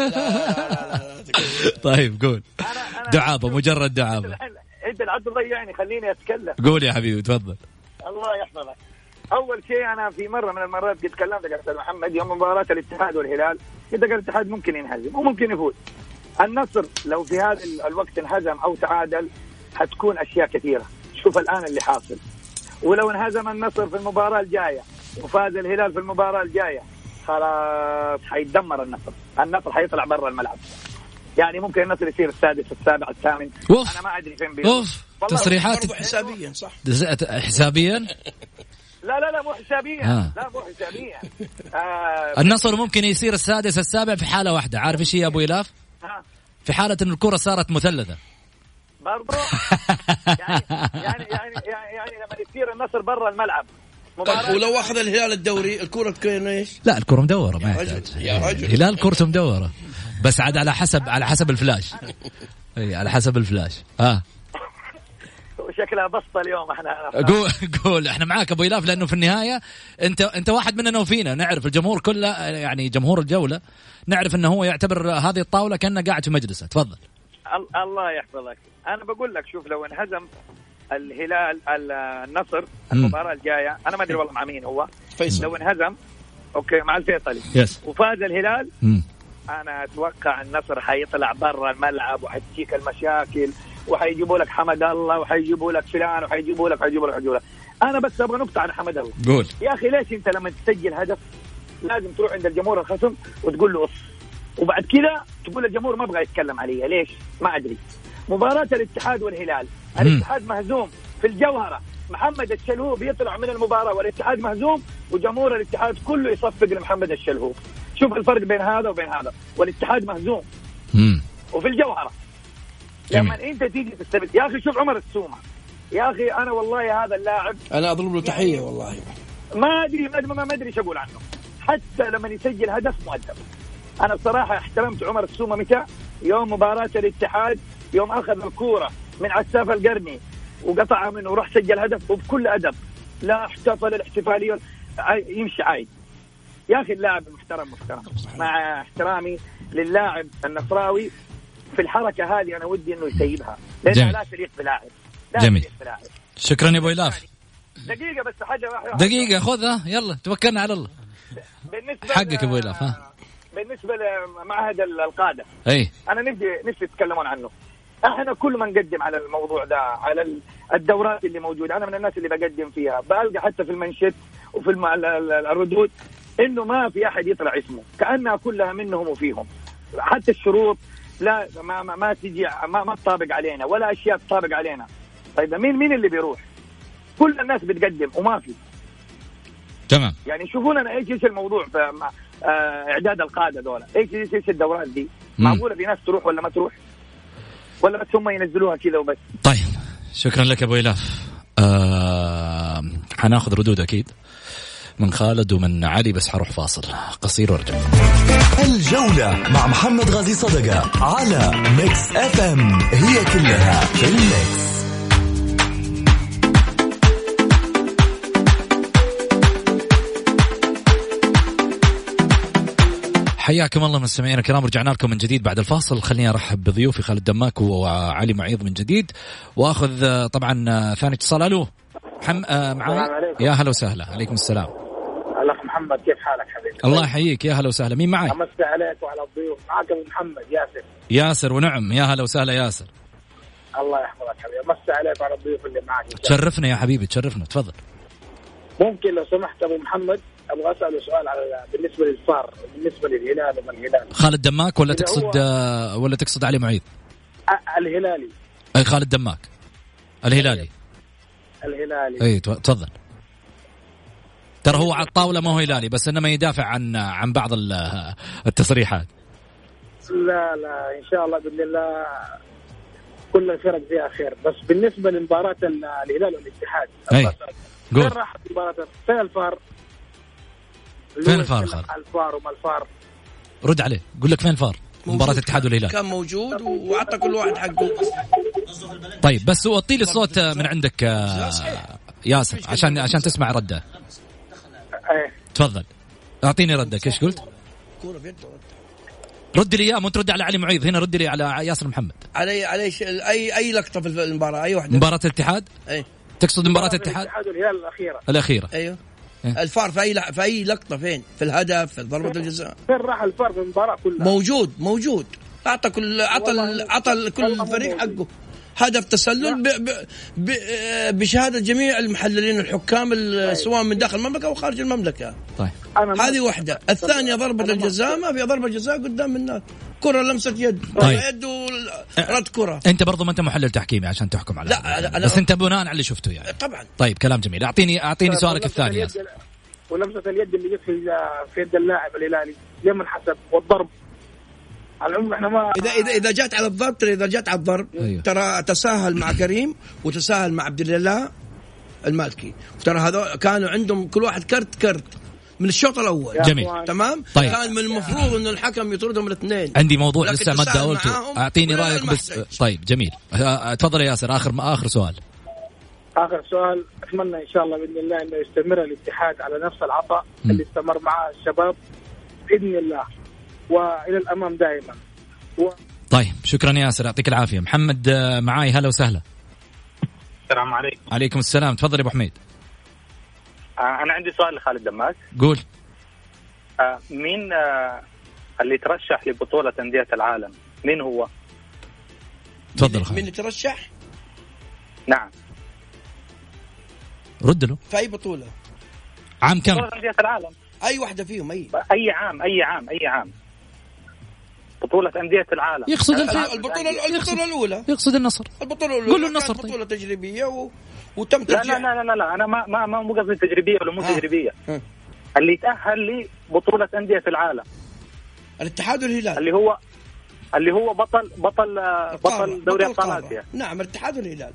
D: طيب قول. دعابة مجرد دعابة.
G: أنت العد تضيعني، خليني أتكلم.
D: قول يا حبيبي تفضل.
G: الله يحفظك. أول شيء أنا في مرة من المرات قد كلمت أستاذ محمد يوم مباراة الاتحاد والهلال، قلت الاتحاد ممكن ينهزم وممكن يفوز. النصر لو في هذا الوقت انهزم أو تعادل هتكون أشياء كثيرة. شوف الآن اللي حاصل، ولو انهزم النصر في المباراة الجاية وفاز الهلال في المباراة الجاية خلاص حيتدمر النصر. النصر حيطلع برا الملعب، يعني ممكن النصر يصير السادس السابع الثامن. أنا ما أدري فين بيروح.
D: أوف تصريحات
E: حسابيا صح.
D: حسابيا
G: لا لا لا مو حسابيا. آه. لا مو حسابيا.
D: آه. النصر ممكن يصير السادس السابع في حالة واحدة. عارف ايش هي يا ابو إلاف؟
G: آه.
D: في حالة ان الكرة صارت مثلثة
G: برضو. يعني يعني يعني يعني لما يصير النصر برا الملعب.
E: ولو اخذ الهلال الدوري الكرة تكون ايش؟
D: لا الكرة مدورة ما يحتاج. الهلال كرته مدورة بس عاد على حسب على حسب الفلاش. اي على حسب الفلاش. ها
G: شكلها بسطة اليوم. احنا
D: قول قول احنا معاك ابو إلاف، لانه في النهايه انت انت واحد مننا وفينا، نعرف الجمهور كله يعني جمهور الجوله نعرف انه هو يعتبر هذه الطاوله كانه قاعد في مجلسه. تفضل.
G: الله يحفظك. انا بقول لك شوف لو انهزم الهلال النصر المباراه الجايه، انا ما ادري والله مع مين هو فيصل. لو انهزم اوكي مع الفيصلي
D: يس.
G: وفاز الهلال
D: مم.
G: انا اتوقع النصر حيطلع برا الملعب وحتجيك المشاكل وحيجيبوا لك حمد الله وحيجيبوا لك فلان وحيجيبوا لك حيجيبوا لك حيجيبوا لك. انا بس ابغى نقطه عن حمد الله.
D: قول
G: يا اخي ليش انت لما تسجل هدف لازم تروح عند الجمهور الخصم وتقول له اف، وبعد كذا تقول الجمهور ما ابغى يتكلم عليها؟ ليش؟ ما ادري. مباراه الاتحاد والهلال، الاتحاد مهزوم في الجوهره، محمد الشلهوب يطلع من المباراه والاتحاد مهزوم وجمهور الاتحاد كله يصفق لمحمد الشلهوب. شوف الفرق بين هذا وبين هذا، والاتحاد مهزوم
D: مم.
G: وفي الجوهرة. لما انت تيجي تستبد يا اخي شوف عمر السومة يا اخي، انا والله هذا اللاعب
E: انا اضرب له تحية يعني والله
G: ما ادري ما ما ادري ايش اقول عنه، حتى لما يسجل هدف مؤدب. انا بصراحة احترمت عمر السومة متى؟ يوم مباراة الاتحاد، يوم اخذ الكورة من عساف القرني وقطعها منه وراح سجل هدف وبكل ادب، لا احتفل الاحتفالية يمشي عايد. يا أخي اللاعب المحترم محترم، مع احترامي للاعب النصراوي في الحركة هذه أنا ودي إنه يسيبها لأنها لا تليق بلاعب.
D: جميل. شكرا يا أبو إلاف.
G: دقيقة بس حاجة واحدة.
D: دقيقة خذها يلا توكلنا على الله.
G: بالنسبة
D: حقك أبو إلاف. ها.
G: بالنسبة لمعهد القادة.
D: أي.
G: أنا نفسي نفسي يتكلمون عنه. احنا كل ما نقدم على الموضوع ده، على الدورات اللي موجودة، أنا من الناس اللي بقدم فيها، بلقى حتى في المنشط وفي الردود إنه ما في أحد يطلع اسمه، كأنها كلها منهم وفيهم. حتى الشروط لا ما ما, ما تجي ما ما تطابق علينا، ولا أشياء تطابق علينا. طيب مين مين اللي بيروح؟ كل الناس بتقدم وما في.
D: تمام.
G: يعني شوفوا لنا ايش ايش الموضوع في آه اعداد القادة دولة، ايش ايش ايش الدورات دي؟ معقولة في ناس تروح ولا ما تروح؟ ولا بس هم ينزلوها كذا وبس؟
D: طيب شكرا لك ابو إلاف. آه حناخذ ردود اكيد من خالد ومن علي، بس حروح فاصل قصير وارجع.
C: الجولة مع محمد غازي صدقة على ميكس اف ام، هي كلها في الميكس.
D: حياكم الله مستمعينا الكرام، رجعنا لكم من جديد بعد الفاصل. خليني ارحب بضيوفي خالد دماك وعلي معيض من جديد، واخذ طبعا ثاني اتصال. الو حم... آه معاي. يا هلا وسهلا. عليكم السلام.
G: الاخ محمد كيف حالك حبيبي؟
D: الله يحييك. يا هلا وسهلا. مين معاي؟
G: امسي عليك وعلى الضيوف. معك ابو محمد ياسر.
D: ياسر ونعم. يا هلا وسهلا ياسر.
G: الله يحفظك حبيبي. امسي عليك وعلى الضيوف اللي معك.
D: تشرفنا يا حبيبي تشرفنا. تفضل.
G: ممكن لو سمحت ابو محمد ابغى اساله سؤال على بالنسبه للفار بالنسبه للهلال وما الهلال.
D: خالد دماك ولا تقصد آه ولا تقصد علي معيد؟
G: الهلالي.
D: اي خالد دماك الهلالي.
G: الهلالي.
D: اي تفضل. ترى هو على الطاوله ما هو هلالي بس انما يدافع عن عن بعض التصريحات.
G: لا لا ان شاء الله باذن الله كل الفرق فيها خير. بس بالنسبه لمباراه الهلال والاتحاد
D: اي
G: فين راحت مباراه؟ فين الفار؟
D: فين الفار خالد؟
G: الفار وما الفار.
D: رد عليه قول لك فين الفار؟ مباراة الاتحاد والهلال
E: كان موجود وعطى كل واحد حقه.
D: طيب بس وطي لي الصوت من عندك ياسر عشان عشان تسمع رده. تفضل اعطيني ردك. ايش قلت؟ رد لي اياه. مو ترد على علي معيض هنا. رد لي على ياسر محمد.
E: علي علي اي اي لقطه في المباراه. اي واحده.
D: مباراه الاتحاد.
E: اي
D: تقصد مباراه الاتحاد
G: الاتحاد والهلال الاخيره.
D: الاخيره
E: ايوه. إيه؟ الفار في اي ل... في اي لقطه فين؟ في الهدف في ضربه الجزاء.
G: فين راح الفار في المباراه كلها؟
E: موجود موجود. اعطى كل عطى عطى كل فريق حقه. هدف تسلل ب... ب... ب... بشهاده جميع المحللين الحكام سواء من داخل المملكه او خارج المملكه.
D: طيب
E: هذه واحده. الثانيه ضربه الجزاء ما في ضربه جزاء قدام الناس. كره لمسه يد.
D: طيب.
E: يد ورد كره.
D: انت برضو ما انت محلل تحكيمي عشان تحكم على
E: لا
D: بس انت بناء على اللي شفته يعني.
E: طبعا.
D: طيب كلام جميل. اعطيني اعطيني سؤالك الثاني يا
G: ولمسه اليد اللي جت في في يد اللاعب الهلالي ليه حسب والضرب على العموم احنا ما
E: اذا اذا اذا جات على الضرب ترى اذا جات على الضرب أيوه. ترى تساهل مع كريم وتساهل مع عبد الله المالكي. ترى هذول كانوا عندهم كل واحد كرت كرت من الشوط الاول.
D: جميل
E: تمام.
D: طيب.
E: كان من المفروض انه الحكم يطردهم الاثنين.
D: عندي موضوع لسه ما قلته. اعطيني رايك بس. طيب جميل. تفضل يا ياسر. اخر اخر سؤال.
G: آخر سؤال. أتمنى إن شاء الله بإذن الله إنه يستمر الاتحاد على نفس العطاء اللي استمر معاه الشباب بإذن الله وإلى الأمام دائما و...
D: طيب شكرا ياسر يعطيك العافية. محمد معاي. هلا وسهلا.
H: السلام عليكم.
D: عليكم السلام. تفضل يا أبو حميد.
H: آه أنا عندي سؤال لخالد دماك.
D: قول.
H: آه مين آه اللي ترشح لبطولة أندية العالم مين هو؟
D: تفضل خالد.
E: مين اللي ترشح؟
H: نعم.
D: رد له.
E: في أي بطولة؟
D: عام كم؟
H: بطولة أندية العالم.
E: أي واحدة فيهم أي؟
H: أي عام أي عام أي عام. بطولة أندية العالم.
D: يقصد
E: البطولة البطولة الأولى.
D: يقصد النصر.
E: البطولة الأولى.
D: قول له النصر. طيب.
E: بطولة تجريبية و... وتم
H: لا لا لا لا لا أنا ما ما ما مو قصدي تجريبية ولا مو
E: آه.
H: تجريبية.
E: آه.
H: اللي تأهل لبطولة أندية العالم.
E: الاتحاد والهلال.
H: اللي هو اللي هو بطل بطل بطل دوري أبطال آسيا.
E: نعم الاتحاد والهلال.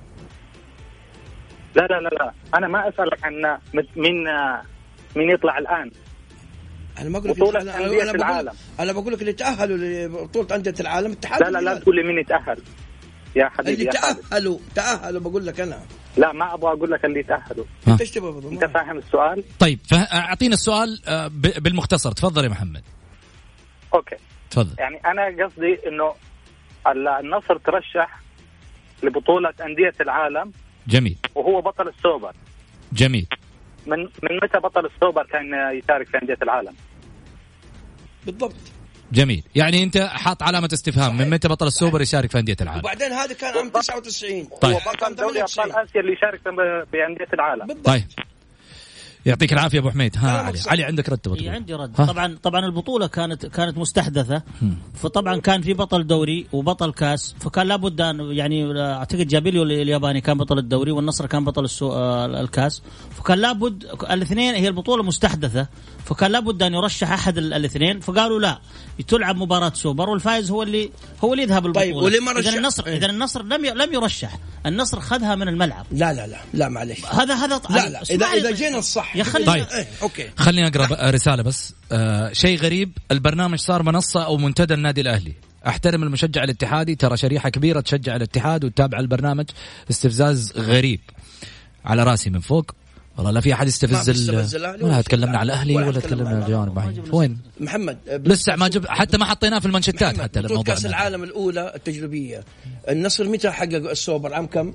H: لا لا لا لا أنا ما أسألك عن من من يطلع الآن.
E: أنا ما أقول
H: بطولة
E: أنا
H: أندية
E: أنا
H: العالم.
E: أنا بقول لك اللي تأهلوا لبطولة أندية العالم الاتحاد.
H: لا لا لا تقول لي مين يتأهل يا حبيبي.
E: اللي تأهلوا تأهلوا بقول لك أنا.
H: لا ما أبغى أقول لك اللي تأهلوا.
E: أنت إيش تبغى؟
H: أنت فاهم السؤال؟
D: طيب أعطينا السؤال بالمختصر. تفضل يا محمد.
H: أوكي.
D: تفضل.
H: يعني أنا قصدي إنه النصر ترشح لبطولة أندية العالم.
D: جميل.
H: وهو بطل السوبر.
D: جميل.
H: من من متى بطل السوبر كان يشارك في أندية العالم؟
E: بالضبط.
D: جميل. يعني أنت حاط علامة استفهام من متى بطل السوبر يشارك في أندية العالم.
E: وبعدين هذا كان عام تسعة وتسعين.
D: طيب.
H: هو بطل دوري أبطال آسيا اللي يشارك في أندية العالم.
E: بالضبط.
D: طيب يعطيك العافية أبو حميد. ها علي. علي عندك رد تبغى؟
F: عندي رد. طبعا طبعا البطولة كانت كانت مستحدثة. فطبعا كان في بطل دوري وبطل كاس فكان لابد أن يعني أعتقد جابيليو الياباني كان بطل الدوري والنصر كان بطل السو... الكاس. فكان لابد الاثنين هي البطولة مستحدثة فكان لابد أن يرشح أحد الاثنين فقالوا لا تلعب مباراة سوبر والفائز هو اللي هو اللي يذهب البطولة.
E: طيب ولما
F: إذا النصر إذا النصر لم ي... لم يرشح النصر خذها من الملعب.
E: لا لا لا لا معلش.
F: هذا هذا
E: لا لا إذا إذا جينا الصح.
D: طيب
E: إيه. أوكي.
D: خليني أقرأ رسالة بس. آه شيء غريب البرنامج صار منصة أو منتدى النادي الأهلي. أحترم المشجع الاتحادي ترى شريحة كبيرة تشجع الاتحاد وتتابع البرنامج. استفزاز غريب على راسي من فوق. والله لا في أحد يستفز ال ولا تكلمنا على الأهلي ولا تكلمنا على الجوانب بعدين. وين
E: محمد
D: لسه ما جب حتى ما حطيناه في المانشيتات حتى
E: الموضوع. كأس العالم الأولى التجريبية النصر متى حقق السوبر عام كم؟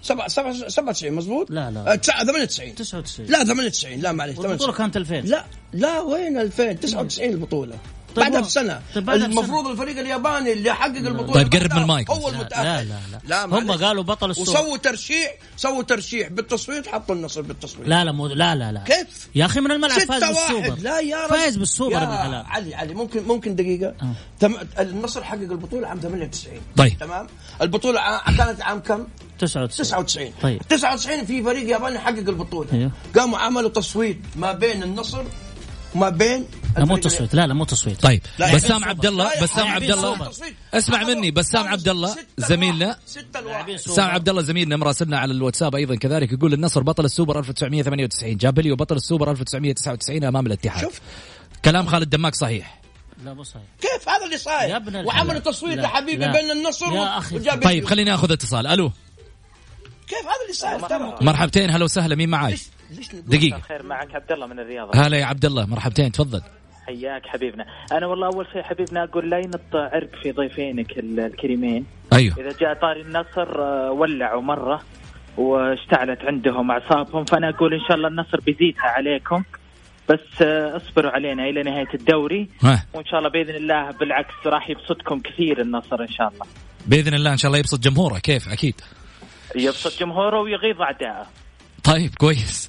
E: سبعة سبعة سبعة وتسعين مزبوط.
F: لا لا
E: تسعة ثمانية وتسعين
F: تسعة وتسعين
E: لا ثمانية وتسعين لا معلش
F: البطولة كانت ألفين.
E: لا لا وين ألفين تسعة وتسعين البطولة بعدها بسنة. المفروض الفريق الياباني اللي حقق البطولة.
D: طيب قرب من المايك.
E: هو المتأهل.
F: لا لا لا, لا هم قالوا بطل السوبر
E: وسووا ترشيح سووا ترشيح بالتصويت حطوا النصر بالتصويت.
F: لا لا مو لا لا لا
E: كيف
F: يا أخي من الملعب فاز بالسوبر.
E: لا يا
F: فاز بالسوبر ابن
E: حلال. علي علي ممكن ممكن دقيقة أه. تم النصر حقق البطولة عام ثمانية وتسعين.
D: طيب
E: تمام. البطولة كانت عام كم؟
F: تسعة وتسعين.
E: تسعة وتسعين.
F: طيب
E: تسعة وتسعين في فريق ياباني حقق البطولة.
F: أيوه.
E: قاموا عملوا تصويت ما بين النصر وما بين
F: لا مو تصويت. لا لا مو تصويت.
D: طيب بسام عبد الله بسام عبد الله اسمع مني. بسام عبد الله زميلنا بسام عبد الله زميلنا مراسلنا على الواتساب ايضا كذلك يقول النصر بطل السوبر ألف وتسعمية ثمانية وتسعين جابلي وبطل السوبر ألف وتسعمية تسعة وتسعين امام الاتحاد.
E: شفت
D: كلام خالد دماك صحيح؟
F: لا مو صحيح.
E: كيف هذا اللي صاير وعملوا تصويت يا حبيبي بين النصر وجابلي.
D: طيب خليني اخذ اتصال. الو
E: كيف هذا اللي صاير ترى.
D: مرحبتين هلا وسهلا. مين معاي؟ دقيقة.
H: خير معك عبد الله من الرياض.
D: هلا يا عبد الله مرحبتين تفضل.
H: حياك حبيبنا. أنا والله أول شيء حبيبنا أقول لا ينط عرق في ضيفينك الكريمين.
D: أيوه.
H: إذا جاء طاري النصر ولعوا مرة واشتعلت عندهم أعصابهم فأنا أقول إن شاء الله النصر بيزيدها عليكم بس اصبروا علينا إلى نهاية الدوري
D: ها.
H: وإن شاء الله بإذن الله بالعكس راح يبسطكم كثير النصر إن شاء الله.
D: بإذن الله إن شاء الله يبسط جمهوره. كيف أكيد
H: يبسط جمهوره ويغيظ أعداءه.
D: طيب كويس.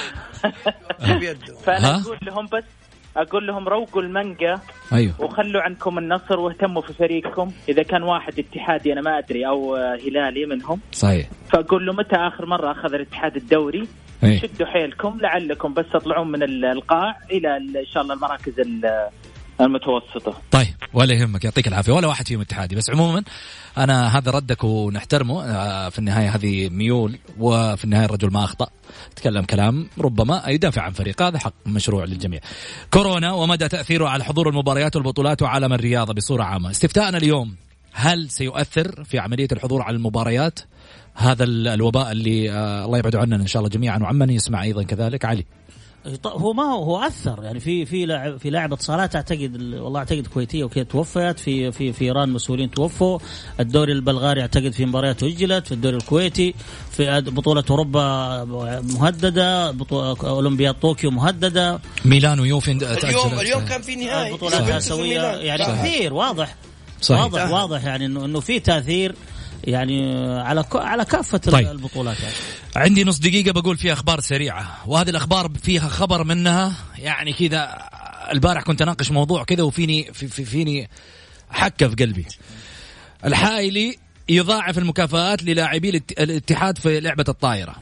H: فأنا أقول لهم بس أقول لهم روقوا المانجا.
D: أيوه.
H: وخلوا عنكم النصر واهتموا في فريقكم. إذا كان واحد اتحادي أنا ما أدري أو هلالي منهم
D: صحيح
H: فأقول له متى آخر مرة أخذ الاتحاد الدوري. أيه. شدوا حيلكم لعلكم بس تطلعون من القاع إلى إن شاء الله المراكز المتوسطة.
D: طيب ولا يهمك يعطيك العافية ولا واحد فيهم اتحادي بس عموما أنا هذا ردك ونحترمه. في النهاية هذه ميول وفي النهاية الرجل ما أخطأ تكلم كلام ربما يدافع عن فريق هذا حق مشروع للجميع. كورونا ومدى تأثيره على حضور المباريات والبطولات وعالم الرياضة بصورة عامة. استفتاءنا اليوم هل سيؤثر في عملية الحضور على المباريات هذا الوباء اللي آه الله يبعد عننا إن شاء الله جميعا وعمن يسمع أيضا كذلك. علي
F: هو ما هو هو أثر يعني في في لاعب في لاعبة صالات أعتقد والله أعتقد كويتية وكذا توفت في في في إيران مسؤولين توفوا. الدوري البلغاري أعتقد في مباريات أجلت. في الدوري الكويتي في بطولة أوروبا مهددة. أولمبياد طوكيو مهددة.
D: ميلان ويوفي
E: اليوم اليوم كان في نهائي
F: بطولات آسيوية يعني كثير واضح صحيح. واضح صحيح. واضح يعني إنه إنه في تأثير يعني على على كافة طيب. البطولات يعني.
D: عندي نص دقيقة بقول فيها أخبار سريعة وهذه الأخبار فيها خبر منها يعني كذا. البارح كنت أناقش موضوع كذا وفيني في في فيني حكة في قلبي. الحائلي يضاعف المكافآت للاعبي الاتحاد في لعبة الطائرة.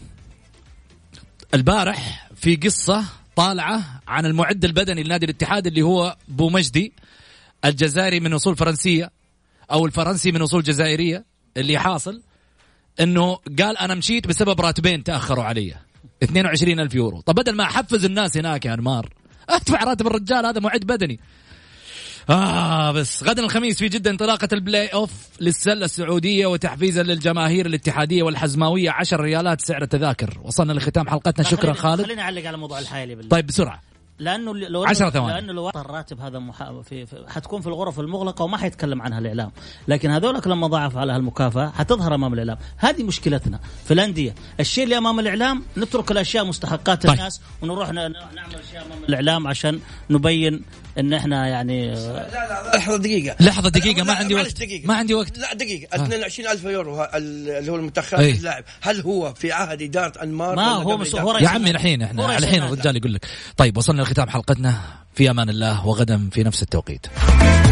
D: البارح في قصة طالعة عن المعد البدني لنادي الاتحاد اللي هو بومجدي الجزائري من أصول فرنسية أو الفرنسي من أصول جزائرية. اللي حاصل انه قال انا مشيت بسبب راتبين تاخروا علي اثنين وعشرين ألف يورو. طب بدل ما احفز الناس هناك يا انمار ادفع راتب الرجال هذا معد بدني. اه بس غدا الخميس في جدة انطلاقة البلاي اوف للسلة السعودية وتحفيزا للجماهير الاتحادية والحزماوية عشر ريالات سعر التذاكر. وصلنا لختام حلقتنا. شكرا خالد.
F: خليني اعلق على موضوع الحائلي بالله.
D: طيب بسرعة
F: لانه لو لانه لو الراتب هذا محا... في... في... حتكون في الغرف المغلقه وما حيتكلم عنها الاعلام. لكن هذولك لما ضاعف على هالمكافاه حتظهر امام الاعلام. هذه مشكلتنا في الانديه. الشيء اللي امام الاعلام نترك الاشياء مستحقات طيب. الناس ونروح ن... نعمل اشياء امام الاعلام عشان نبين ان احنا يعني.
E: لا لا لحظه دقيقه
D: لحظه دقيقه ما عندي وقت
E: دقيقة.
D: ما عندي وقت.
E: لا دقيقه اثنين وعشرين ألف يورو اللي هو المتاخرات أيه. اللاعب هل هو في عهد اداره انمار
F: ما هو مسؤول
D: يا عمي الحين احنا الحين الرجال يقول لك. طيب وصلنا لختام حلقتنا. في امان الله وغدا في نفس التوقيت.